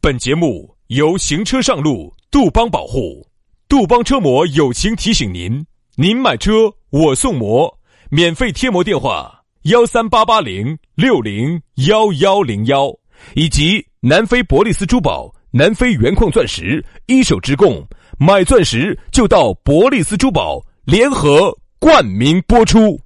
本节目由行车上路杜邦保护，杜邦车模友情提醒您：您买车我送模，免费贴膜电话138806011101，以及南非伯利斯珠宝、南非原矿钻石一手直供，买钻石就到伯利斯珠宝，联合冠名播出。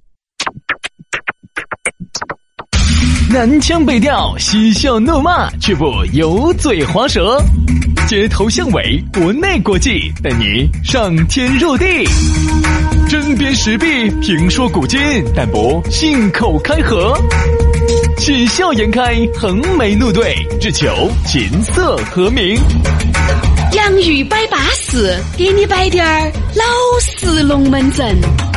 南腔北调，嬉笑怒骂，却不油嘴滑舌，街头巷尾，国内国际，带你上天入地，针砭时弊，评说古今，但不信口开河，喜笑颜开，横眉怒对，只求琴瑟和鸣。 洋芋摆巴士，给你摆点儿老式龙门阵。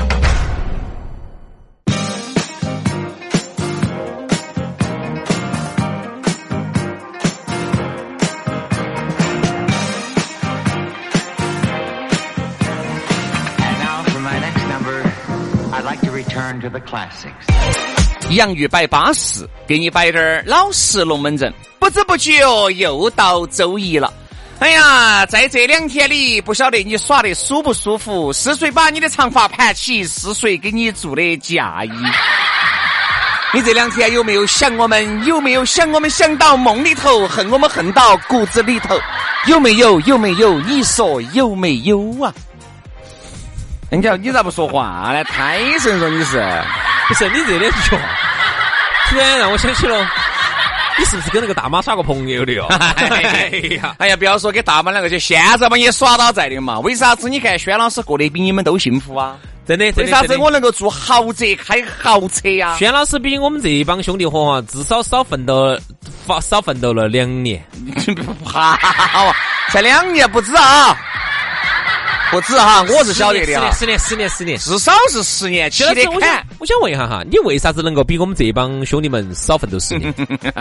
To the classics. 洋芋摆巴士，给你摆点老式龙门阵。不知不觉又到周一了。哎呀，在这2天里，不晓得你耍得舒不舒服？是谁把你的长发盘起？是谁给你做的嫁衣？你这2天有没有想我们？有没有想我们想到梦里头，恨我们恨到骨子里头？有没有？有没有？你说有没有啊？你咋不说话呢？太神说你是， 不是你这2句话，突然让我想起了，你是不是跟那个大妈耍过朋友的哟？ 哎呀，不要说给大妈两个，就现在嘛也耍到在的嘛。为啥子你看轩老师过得比你们都幸福啊？ 真的， 为啥子我能够住豪宅开豪车啊？ 轩老师比我们这一帮兄弟伙至少少奋斗了2年。 好，才2年不止啊。不止哈，我是晓得的啊 ，10年， 至少是10年起的看。 我想问一下哈，你为啥子能够比我们这一帮兄弟们少奋斗10年？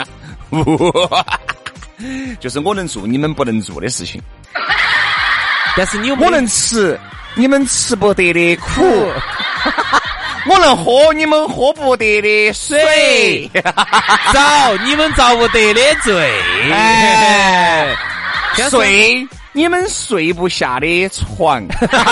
就是我能做你们不能做的事情。 但是我能吃你们吃不得的苦，我能喝你们喝不得的水， 遭你们遭不得的罪， 睡你们睡不下的床。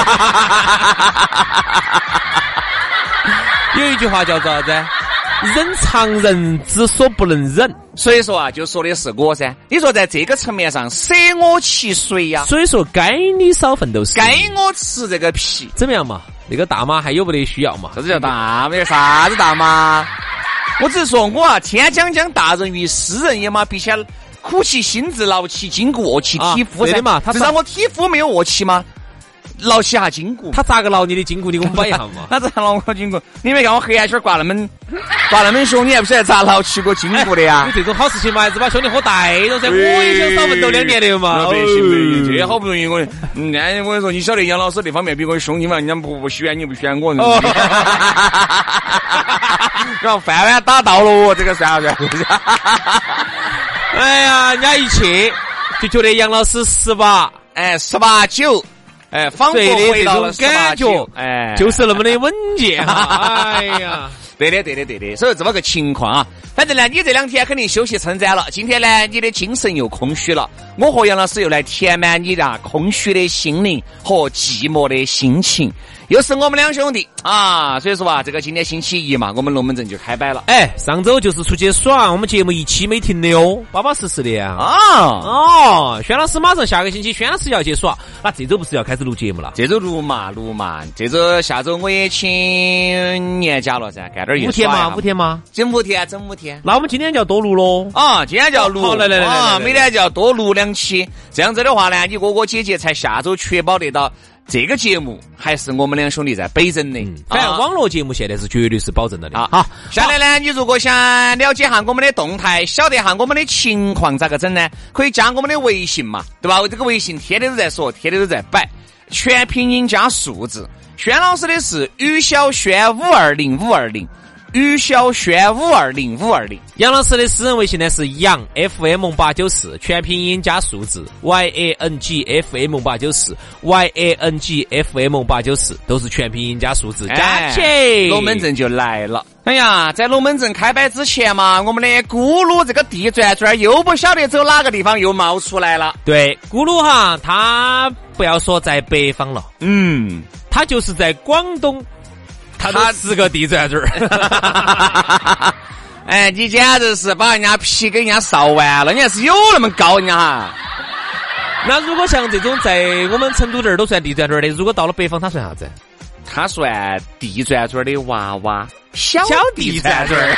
有一句话叫做啥子？人常人之所不能忍。 所以说啊，就说的是我噻。你说在这个层面上，舍我其谁呀？ 所以说该你少奋斗， 该我吃这个皮。 怎么样嘛？那个大妈还有不得需要嘛？ 啥子叫大妈？有啥子大妈？我只是说我啊，天将降大任于斯人也嘛，必须苦其心志，劳其筋骨，饿其体肤噻嘛。 至少我体肤没有饿其吗？劳其下筋骨。 他咋个劳你的筋骨？你给我摆一下嘛。 他咋劳我筋骨？你没看我黑眼圈挂那么凶，你还不晓得咋劳起过筋骨的呀？ 有这种好事情嘛，还是把兄弟伙带着噻。我也想少奋斗2年的嘛。 不行，这好不容易我跟你说，你晓得杨老师那方面比我凶，你嘛，人家不选你不选我。然后饭碗打到了，这个算了。 哎呀，人家一去就觉得杨老师18、 18、9，仿佛回到了感觉，就是那么的稳健哈。哎呀， 对的。所以这么个情况啊，反正呢，你这2天肯定休息称赞了。今天呢，你的精神又空虚了，我和杨老师又来填满你的空虚的心灵和寂寞的心情。又是我们2兄弟啊，所以说啊，这个今天星期1嘛，我们龙门阵就开摆了。 上周就是出去耍，我们节目一期没停的哦，巴巴适适的啊。轩老师马上下个星期，轩老师要去耍，那这周不是要开始录节目了？ 这周录嘛，这周下周我也请年假了噻，干点 5天吗？5天吗？ 整5天。 那我们今天就要多录喽。 今天就要录。来，每天就要多录2期。这样子的话呢，你哥哥姐姐才下周确保得到。这个节目还是我们2兄弟在北整的， 反正网络节目现在是绝对是保证了的。 好，下来呢，你如果想了解下我们的动态，晓得下我们的情况咋个整呢？可以加我们的微信嘛，对吧？这个微信天天都在说，天天都在摆，全拼音加数字。轩老师的是于小轩520520。于小轩520520， 杨老师的私人微信呢是杨 FM894，全拼音加数字 YANG YANG FM894，都是全拼音加数字，加起龙门阵就来了。 哎呀，在龙门阵开摆之前嘛，我们的咕噜这个地转转又不晓得走哪个地方又冒出来了。 对，咕噜哈，他不要说在北方了，他就是在广东，他都10个地转转。 哎，你简直是把人家皮给人家烧完了，人家是有那么高，人家哈。 那如果像这种在我们成都这儿都算地转转的，如果到了北方，他算啥子？ 他算地转转的娃娃，小地转转。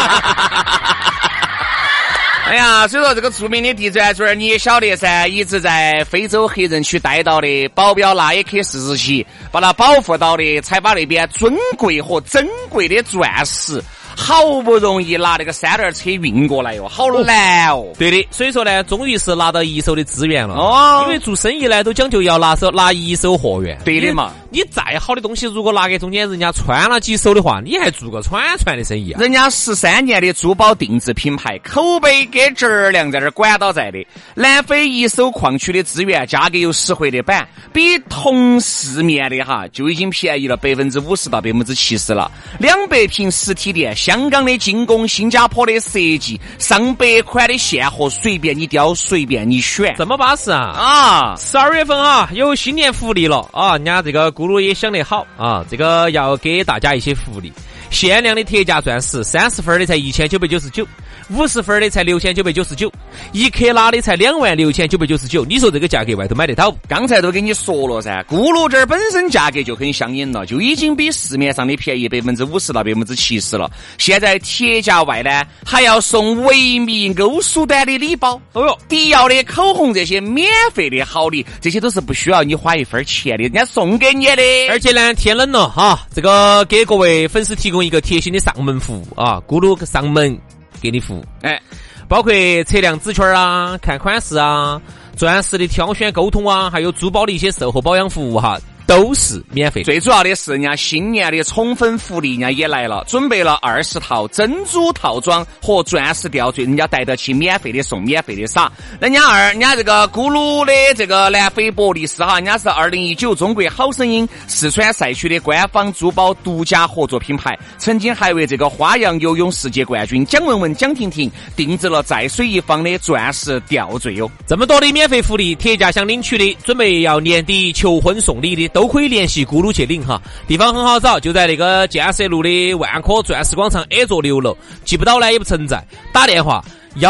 哎呀，所以说这个著名的地转转你也晓得噻，一直在非洲黑人区待到的，保镖那也去40期，把他保护到的，才把那边尊贵和珍贵的钻石好不容易拿那个3轮车运过来哟，好难哦。 对的，所以说呢，终于是拿到一手的资源了。哦，因为做生意呢都讲究要拿一手货源。 对的嘛， 你再好的东西，如果拿给中间人家穿了几手的话，你还做个串的生意啊？ 人家13年的珠宝定制品牌，口碑跟质量在这儿管到在的。南非一手矿区的资源，价格有10回的板，比同市面的哈就已经便宜了50%到70%了。200平实体店。香港的精工，新加坡的设计，上百款的现货，随便你挑，随便你选， 这么巴适啊！12月份啊，有新年福利了啊！人家这个咕噜也想得好啊，这个要给大家一些福利，限量的铁价钻石，30分的才1999，50分的才6999，1克拉的才26999，你说这个价格外头买得到？ 刚才都跟你说了噻，咕噜这儿本身价格就很相应了，就已经比市面上的便宜50%到70%了。现在铁价外呢，还要送维密欧舒丹的礼包，迪奥的口红这些免费的好礼，这些都是不需要你花一分钱的，人家送给你的。 而且呢，天冷了哈，这个给各位粉丝提供一个贴心的上门服务啊，咕噜上门给你服务， 哎， 包括测量指圈啊、看款式啊、钻石的挑选沟通啊，还有珠宝的一些售后保养服务哈，都是免费的。 最主要的是人家新年的宠粉福利人家也来了，准备了20套珍珠套装和钻石吊坠，人家带得起免费的送，免费的撒。人家这个咕噜的这个南非博利斯哈，人家是2019中国好声音四川赛区的官方珠宝独家合作品牌，曾经还为这个花样游泳世界冠军蒋雯雯、蒋婷婷定制了在水一方的钻石吊坠哟。 这么多的免费福利，铁价想领取的，准备要年底求婚送礼的，都可以联系咕噜去领哈，地方很好找，就在那个建设路的万科钻石广场 A 座6楼，记不到呢也不存在，打电话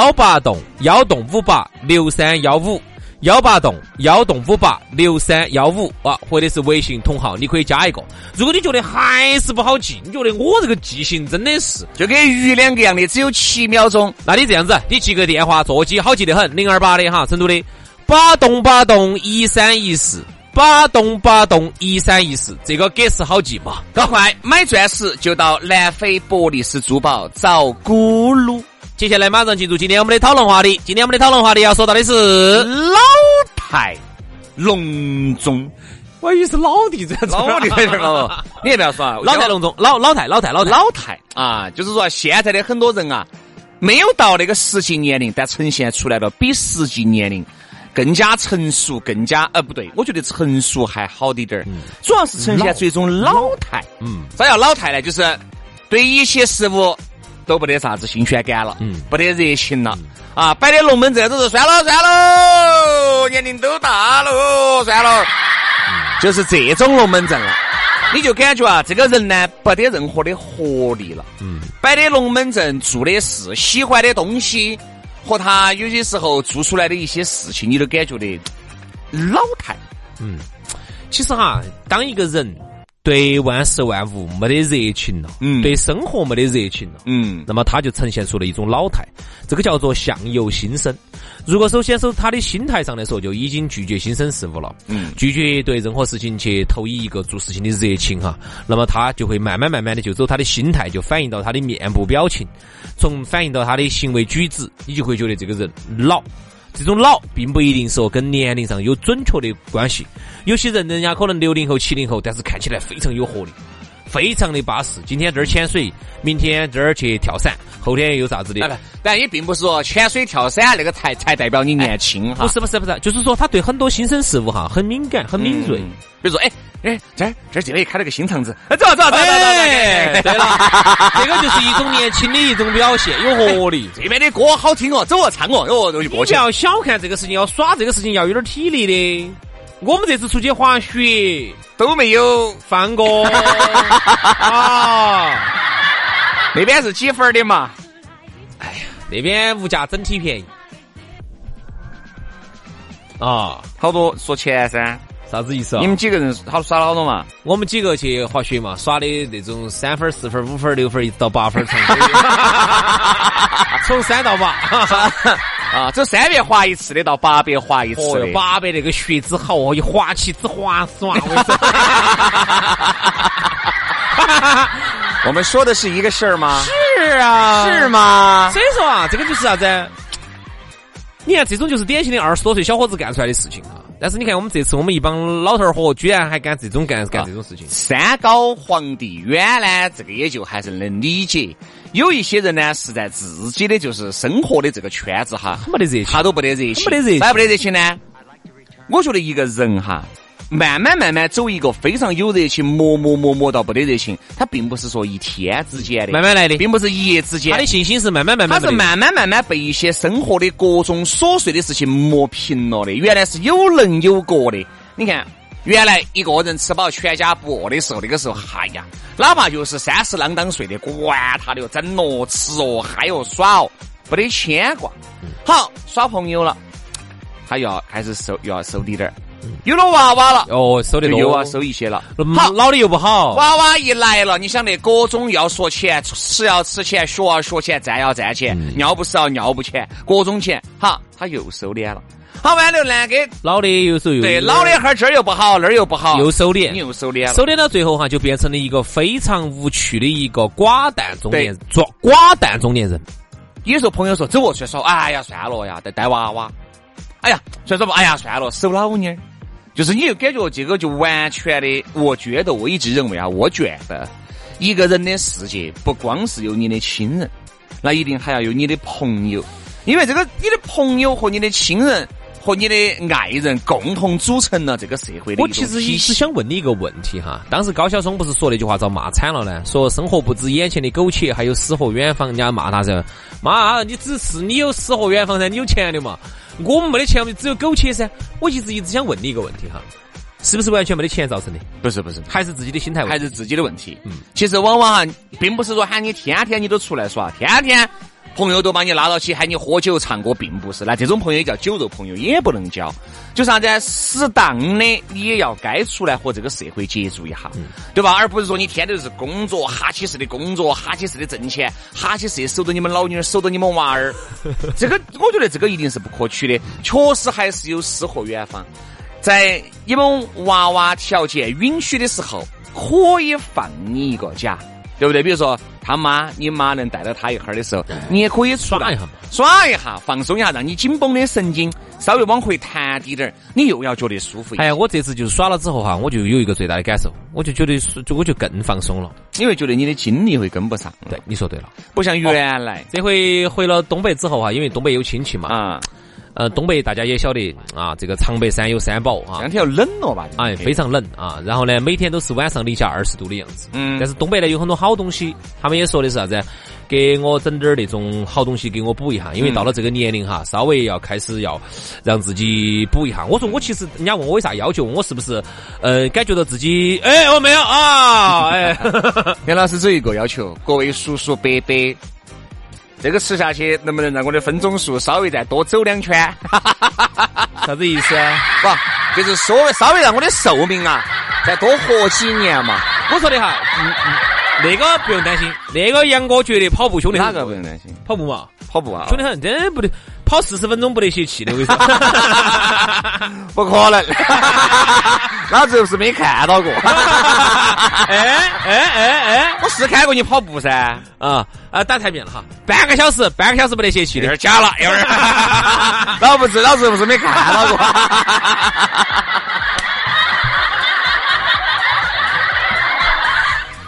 1815315，1815315啊，或者是微信同号，你可以加一个。如果你觉得还是不好记，你觉得我这个记性真的是就跟鱼两个样的，只有7秒钟， 那你这样子，你记个电话，座机好记得很，028的哈，成都的8栋1314，这个格式好记嘛？ 搞快买钻石就到南非博利斯珠宝找咕噜。 接下来马上进入今天我们的讨论话题。今天我们的讨论话题要说到的是老态龙钟。 我以为是老地转老地转哦，你也不要说啊， 老态龙钟，老态啊，就是说现在的很多人啊，没有到那个实际年龄，但呈现出来了比实际年龄更加成熟，更加不对，我觉得成熟还好一点，主要是呈现出一种老态。啥叫老态呢？就是对一些事物都不得啥子新鲜感了，不得热情了，啊，摆的龙门阵都是算了，年龄都大了，算了，就是这种龙门阵了。你就感觉啊，这个人呢不得任何的活力了，摆的龙门阵，做的事，喜欢的东西。和他有些时候做出来的一些事情，你都感觉的老态。 其实哈，当一个人对万事万物没得热情了，对生活没得热情了，那么他就呈现出了一种老态，这个叫做相由心生。如果首先从他的心态上来说，就已经拒绝新生事物了，拒绝对任何事情去投以一个做事情的热情哈，那么他就会慢慢的就走他的心态，就反映到他的面部表情，从反映到他的行为举止，你就会觉得这个人老。这种老并不一定说跟年龄上有准确的关系，有些人人家可能60后、70后，但是看起来非常有活力， 非常的巴适。今天这儿潜水，明天这儿去跳伞，后天有啥子的。 但也并不是说潜水跳伞那个才代表你年轻哈。 不是，就是说他对很多新生事物哈很敏感、很敏锐。 比如说，这这里开了个新场子，走。 对了，这个就是一种年轻的一种表现，有活力。 这边的歌好听哦，走啊唱哦，都就过去。 不要小看这个事情，要耍这个事情要有点体力的。我们这次出去滑雪都没有放过啊， 那边是几分的嘛？ 哎呀，那边物价整体便宜啊， 好多说钱噻。 啥子意思啊？ 你们几个人耍了好多嘛？ 我们几个去滑雪嘛，耍的那种3分、4分、5分、6分，一直到8分，从3到8 啊，这3遍滑一次的到8遍滑一次的 ，800那个雪之好哦，一滑起之划算。 我们说的是一个事儿吗？ 是啊， 是吗？ 所以说啊，这个就是啥子？你看，这种就是典型的20多岁小伙子干出来的事情啊。但是你看，我们这次我们一帮老头儿伙，居然还干这种干这种事情。 山高皇帝远呢，这个也就还是能理解。有一些人呢，是在自己的就是生活的这个圈子哈， 没得热情， 他都不得热情，咋不得热情呢？我觉得一个人哈，慢慢走一个非常有热情，磨到不得热情，他并不是说一天之间的， 慢慢来的， 并不是一夜之间。 他的信心是慢慢， 他是慢慢被一些生活的各种琐碎的事情磨平了的。原来是有棱有角的。你看，原来一个人吃饱全家不饿的时候，那个时候，哎呀，哪怕就是30啷当岁的，管他的，整咯吃哦，嗨哦耍哦，不得牵挂。好，耍朋友了，他要开始要收滴点儿。有了娃娃了哦，收的多， 又要收一些了。 好，老的又不好。 娃娃一来了，你想那各种要说钱，吃要吃钱，学要学钱，站要站钱，尿不湿要尿不钱，各种钱。好，他又收敛了。好完了呢，给老的又收又对，老的哈这儿又不好，那儿又不好， 又收敛， 你又收敛了。 收敛到最后哈，就变成了一个非常无趣的一个寡淡中年人。 有时候朋友说走我去说，哎呀算了呀，带娃娃。哎呀，算了吧，哎呀算了，收老妞。就是你就感觉这个就完全的，我一直认为啊，我觉得一个人的世界不光是有你的亲人，那一定还要有你的朋友，因为这个你的朋友和你的亲人和你的爱人共同组成了这个社会的一种体系。 我其实一直想问你一个问题哈，当时高晓松不是说那句话遭骂惨了呢？说生活不止眼前的苟且，还有诗和远方。人家骂他噻，妈，你只是你有诗和远方噻，你有钱的嘛？我们没得钱，我们只有苟且噻。我一直想问你一个问题哈，是不是完全没得钱造成的？ 不是， 还是自己的心态问题， 还是自己的问题。其实往往并不是说喊你天天你都出来耍，天天朋友都把你拉到起喊你喝酒唱歌，并不是。那这种朋友也叫酒肉朋友，也不能交。就啥子适当的你也要该出来和这个社会接触一下，对吧？而不是说你天天都是工作，哈起式的工作，哈起式的挣钱，哈起式守着你们老女儿，守着你们娃儿。这个我觉得这个一定是不可取的，确实还是有诗和远方。在你们娃娃条件允许的时候，可以放你一个假，对不对？比如说你妈能带到他一会儿的时候，你也可以耍一下，放松一下，让你紧绷的神经稍微往回弹低点，你又要觉得舒服一点。 哎呀，我这次就是耍了之后哈，我就有一个最大的感受，我就觉得我就更放松了， 因为觉得你的精力会跟不上。 对，你说对了， 不像原来。 这回回了东北之后哈，因为东北有亲戚嘛。东北大家也晓得啊，这个长白山有三宝啊， 这两天要冷了吧？ 哎，非常冷啊。然后呢，每天都是晚上零下20度的样子。但是东北呢有很多好东西，他们也说的是啥子？给我整点那种好东西给我补一下，因为到了这个年龄哈，稍微要开始要让自己补一下。我说我其实人家问我为啥要求，我是不是感觉到自己我没有啊？ 袁老师只有一个要求，各位叔叔伯伯。这个吃下去能不能让我的分钟数稍微再多走2圈？ 啥子意思啊？ 不，就是稍微让我的寿命啊再多活几年嘛。 我说的哈，那个不用担心，那个杨哥觉得跑步兄弟哪个不用担心？ 跑步嘛， 跑步啊， 兄弟很真不得跑40分钟不得泄气的，我跟你说， 不可能，老子又是没看到过。我是看过你跑步噻， 打台面了哈，半个小时不得泄气的， 有点假了，有点，老子不是没看到过。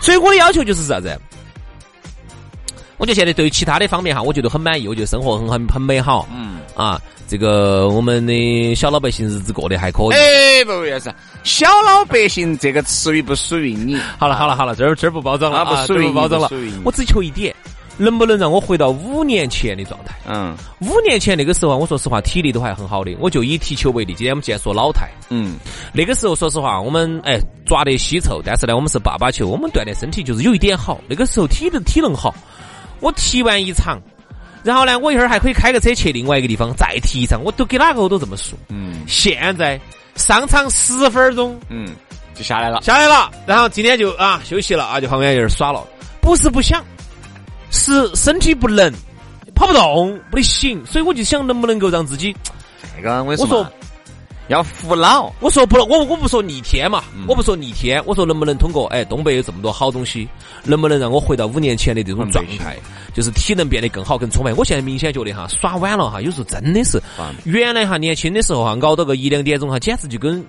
所以我的要求就是啥子？我觉得现在对于其他的方面哈，我觉得很满意，我觉得生活很美好。这个我们的小老百姓日子过得还可以。 不是小老百姓这个词语不属于你。 好了，这儿不包装了， 不属于包装了。我只求一点，能不能让我回到5年前的状态？5年前那个时候，我说实话体力都还很好的。我就以踢球为例，今天我们既然说老态，那个时候说实话我们抓得稀臭，但是呢我们是爸爸球，我们锻炼身体就是有一点好。那个时候体能好，我踢完一场，然后呢我一会儿还可以开个车去另外一个地方再踢一场，我都给哪个我都这么说。现在上场10分钟就下来了， 然后今天就休息了就旁边有点耍了。不是不想，是身体不能，跑不动，不得行，所以我就想能不能够让自己这个我说要服老。 我说不，我不说逆天嘛，我不说逆天，我说能不能通过东北有这么多好东西，能不能让我回到5年前的这种状态，就是体能变得更好更充沛。我现在明显觉得耍晚了有时候真的是原来年轻的时候熬到个1-2点钟简直就跟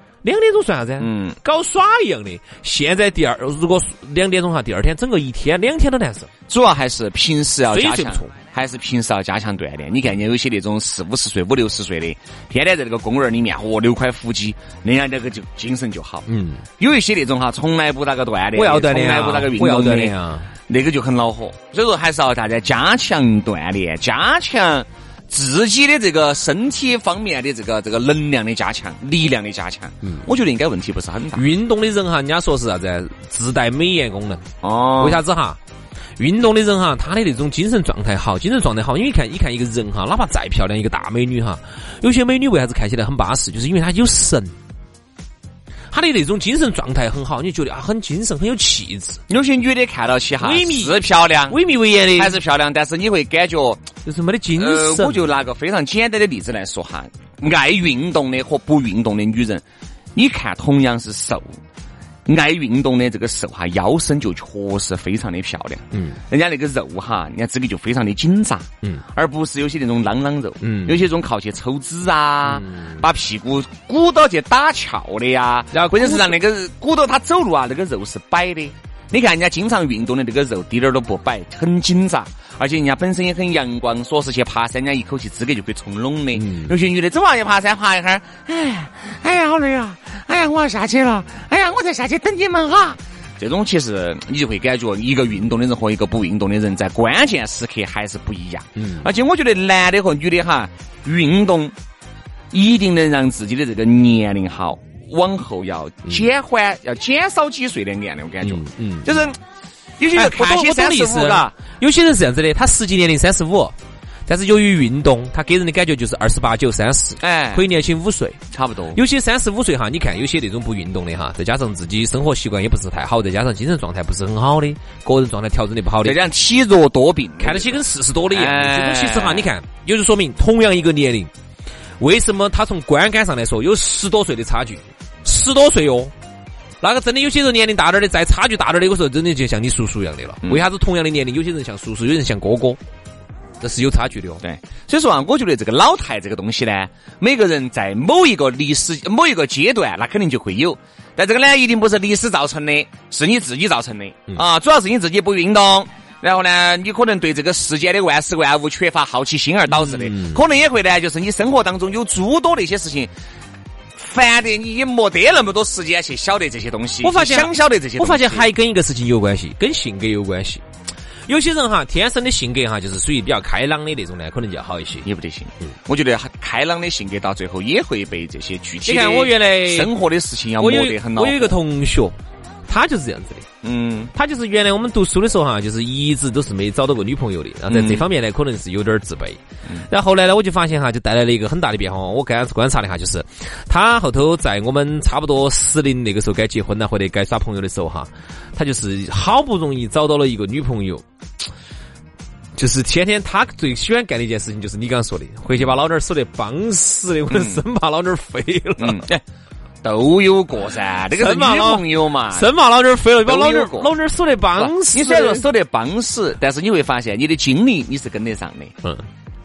2点钟算啥子？搞耍一样的。现在如果2点钟第二天整个1天2天都难受。 主要还是平时要加强，锻炼。你看见有些那种40-50岁、50-60岁的，天天在这个公园里面6块腹肌，人家那个就精神就好。有一些那种从来不那个锻炼， 我要锻炼， 从来不那个运动的，那个就很恼火。所以说还是要大家加强锻炼，加强自己的这个身体方面的这个能量的加强，力量的加强。我觉得应该问题不是很大。 运动的人人家说是啥子？自带美颜功能。为啥子运动的人他的那种精神状态好，因为看一个人哪怕再漂亮一个大美女有些美女为啥子看起来很巴适，就是因为她有神。她的那种精神状态很好，你觉得很精神，很有气质。 有些女的看到起是漂亮， 萎靡为颜的还是漂亮，但是你会感觉就是没得精神。 我就拿个非常简单的例子来说爱运动的和不运动的女人，你看同样是瘦，爱运动的这个瘦腰身就确实非常的漂亮。人家那个肉人家这个就非常的紧扎。而不是有些那种啷啷肉。有些种靠去抽脂把屁股鼓到去打翘的呀，然后关键是让那个鼓到他走路那个肉是摆的。你看人家经常运动的那个肉滴点都不摆，很紧扎，而且人家本身也很阳光，说是去爬山，人家一口气资格就可以冲拢的。有些女的走去爬山爬一会儿，哎呀好累啊，哎呀我要下去了，哎呀我再下去等你们这种其实你就会感觉一个运动的人和一个不运动的人在关键时刻还是不一样。而且我觉得男的和女的运动一定能让自己的这个年龄往后要减缓，要减少几岁的年龄，我感觉。就是有些人看起35 有些人是这样子的，他实际年龄35，但是由于运动，他给人的感觉就是28、9、30，可以年轻5岁， 差不多。 有些35岁你看有些那种不运动的再加上自己生活习惯也不是太好，再加上精神状态不是很好的，个人状态调整的不好的， 再加上体弱多病， 看得起跟40多的一样。这种其实你看，也就说明同样一个年龄，为什么他从观感上来说有10多岁的差距？10多岁那个真的有些人年龄大点的，再差距大点的，有时候真的就像你叔叔一样的了。为啥子同样的年龄，有些人像叔叔，有人像哥哥？这是有差距的。 对，所以说我觉得这个老态这个东西呢，每个人在某一个阶段，那肯定就会有。但这个呢，一定不是历史造成的，是你自己造成的主要是你自己不运动。然后呢，你可能对这个世界的万事万物缺乏好奇心而导致的，可能也会呢，就是你生活当中有诸多的一些事情。烦的你也没得那么多时间去晓得这些东西， 我发现想晓得这些东西。 我发现还跟一个事情有关系，跟性格有关系。有些人天生的性格就是属于比较开朗的那种呢，可能就要好一些。 也不得行。我觉得开朗的性格到最后也会被这些具体的， 你看我原来生活的事情要磨得很恼火。 我有一个同学，他就是这样子的。他就是原来我们读书的时候就是一直都是没找到过女朋友的，然后在这方面呢可能是有点自卑。然后后来呢我就发现就带来了一个很大的变化。我观察了就是他后头在我们差不多10那个时候该结婚了或者该耍朋友的时候他就是好不容易找到了一个女朋友，就是天天他最喜欢干的一件事情就是你刚刚说的，回去把老娘守得绑死的，我生怕老娘飞了。 都有过噻，那个是女朋友嘛， 生怕老娘飞了，把老娘守得绑死。 你虽然说守得绑死，但是你会发现你的精力你是跟得上的。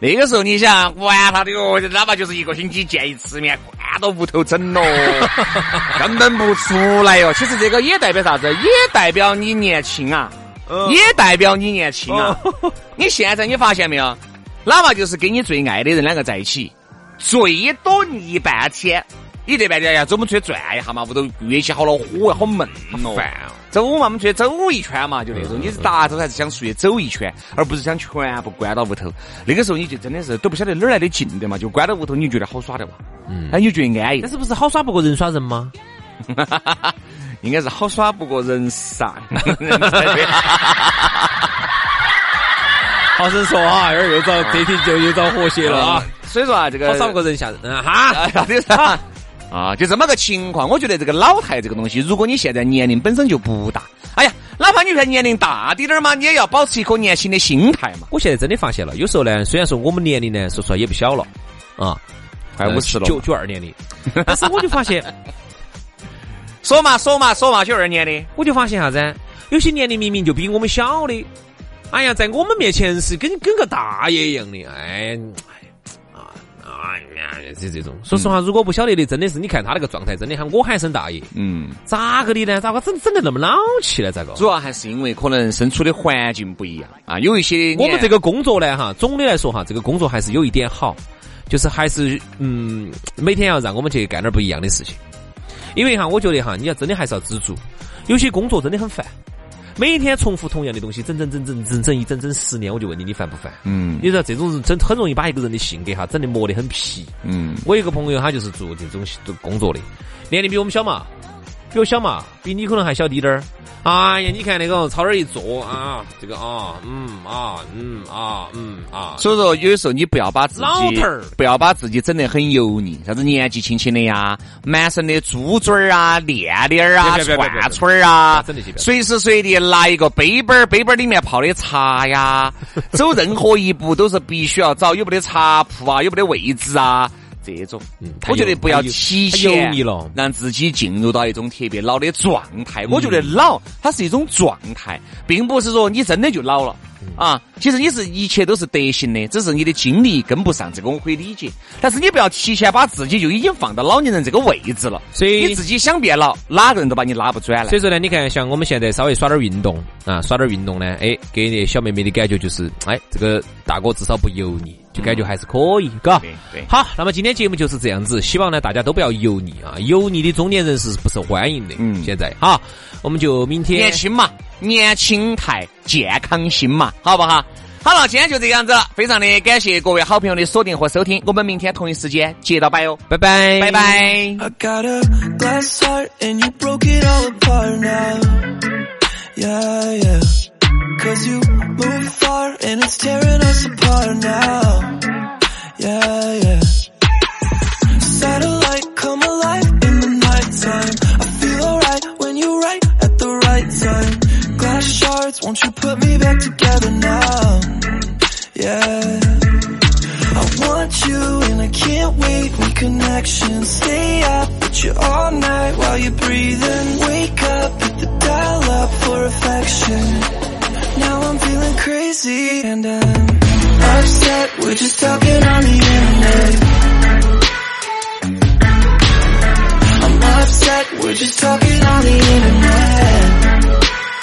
那个时候你想管他的哟，哪怕就是一个星期见一次面，关到屋头整咯，根本不出来哟。其实这个也代表啥子？也代表你年轻啊，也代表你年轻啊。你现在你发现没有？哪怕就是跟你最爱的人两个在一起，最多腻半天。你这半天呀，走我们出去转一下嘛，屋头乐器好恼火，好闷哦。走嘛，我们出去走一圈嘛，就那种。你是大头还是想出去走一圈，而不是想全部关到屋头。那个时候你就真的是都不晓得哪儿来的劲的嘛，就关到屋头，你觉得好耍的嘛？哎，你觉得安逸？ 但是不是好耍不过人耍人吗？ 应该是好耍不过人傻。 好生说啊，又遭这题就又遭和谐了啊。 所以说啊，这个好耍不过人吓人哈。 啊，就这么个情况。我觉得这个老态这个东西，如果你现在年龄本身就不大，哎呀，哪怕你现在年龄大滴点儿嘛，你也要保持一颗年轻的心态嘛。 我现在真的发现了，有时候呢，虽然说我们年龄呢，说出来也不小了啊， 快50了 ，92年的，但是我就发现， 说嘛，92年的， 我就发现啥子？有些年龄明明就比我们小的，哎呀，在我们面前是跟个大爷一样的，这种，说实话，如果不晓得的，真的是你看他那个状态，真的喊我喊声大爷，咋个的呢？咋个整得那么老气呢？咋个？ 主要还是因为可能身处的环境不一样啊，有一些我们这个工作呢，哈，总的来说哈，这个工作还是有一点好，就是还是每天要让我们去干点不一样的事情，因为哈，我觉得哈，你要真的还是要知足，有些工作真的很烦。每天重复同样的东西，整10年，我就问你，你烦不烦？你知道这种人真很容易把一个人的性格哈整得磨得很皮。我有一个朋友，他就是做这种工作的，年龄比我们小嘛，比你可能还小滴点儿。哎呀，你看那个朝那儿一坐啊，这个所以说有时候你不要把自己整得很油腻，啥子年纪轻轻的呀，满身的猪嘴儿啊、链链儿啊、串串儿啊，随时随地拿一个杯杯里面泡的茶呀，走任何一步都是必须要找有没得茶铺啊，有没得位置啊。这种，我觉得不要提前让自己进入到一种特别老的状态。我觉得老它是一种状态，并不是说你真的就老了啊。其实一切都是德行的，只是你的精力跟不上，这个我可以理解。但是你不要提前把自己就已经放到老年人这个位置了，所以你自己想变老，哪个人都把你拉不转来。 所以说呢，你看像我们现在稍微耍点运动啊，呢，给那小妹妹的感觉就是，这个大哥至少不油腻。就感觉还是可以，嘎。 对。 好，那么今天节目就是这样子，希望呢大家都不要油腻啊，油腻的中年人是不受欢迎的。现在好，我们就明天年轻嘛，年轻态，健康心嘛，好不好？好了，今天就这样子了，非常的感谢各位好朋友的锁定和收听，我们明天同一时间接到拜哦， 拜拜， 拜拜。 I got a glass heart and you broke it all apart now. Yeah. Cause you moved far and it's tearing us apart now. Yeah. Satellite come alive in the nighttime. I feel alright when you're right at the right time. Glass shards, won't you put me back together now? Yeah. I want you and I can't wait. Reconnection, stay up with you all night while you're breathing. Wake up, hit the dial up for affection. Now I'm feeling crazy and I'm upset. We're just talking on the internet. I'm upset. We're just talking on the internet.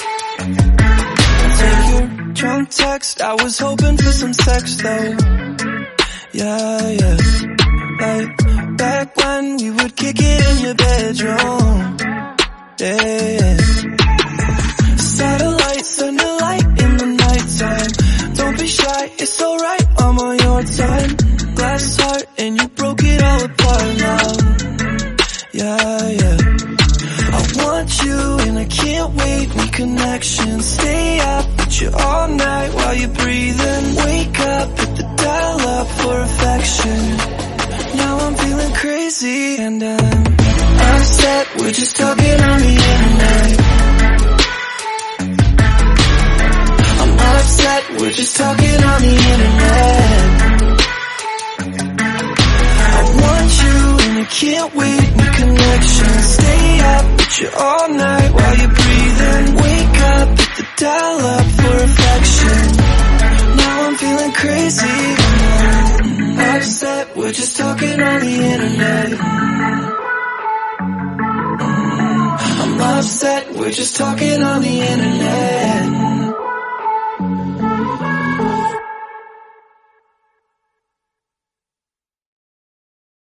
Take your drunk text. I was hoping for some sex though. Yeah. Like back when we would kick it in your bedroom. Yeah. Satellite, send a light in the nighttime. Don't be shy, it's alright, I'm on your time. Glass heart and you broke it all apart now. Yeah. I want you and I can't wait. Reconnection, stay up with you all night while you're breathing. Wake up, hit the dial up for affection. Now I'm feeling crazy and I'm upset. We're just talking on the internet. Upset, we're just talking on the internet. I want you and I can't wait. New connection, stay up with you all night while you're breathing. Wake up, hit the dial up for affection. Now I'm feeling crazy. all set, we're just talking on the internet.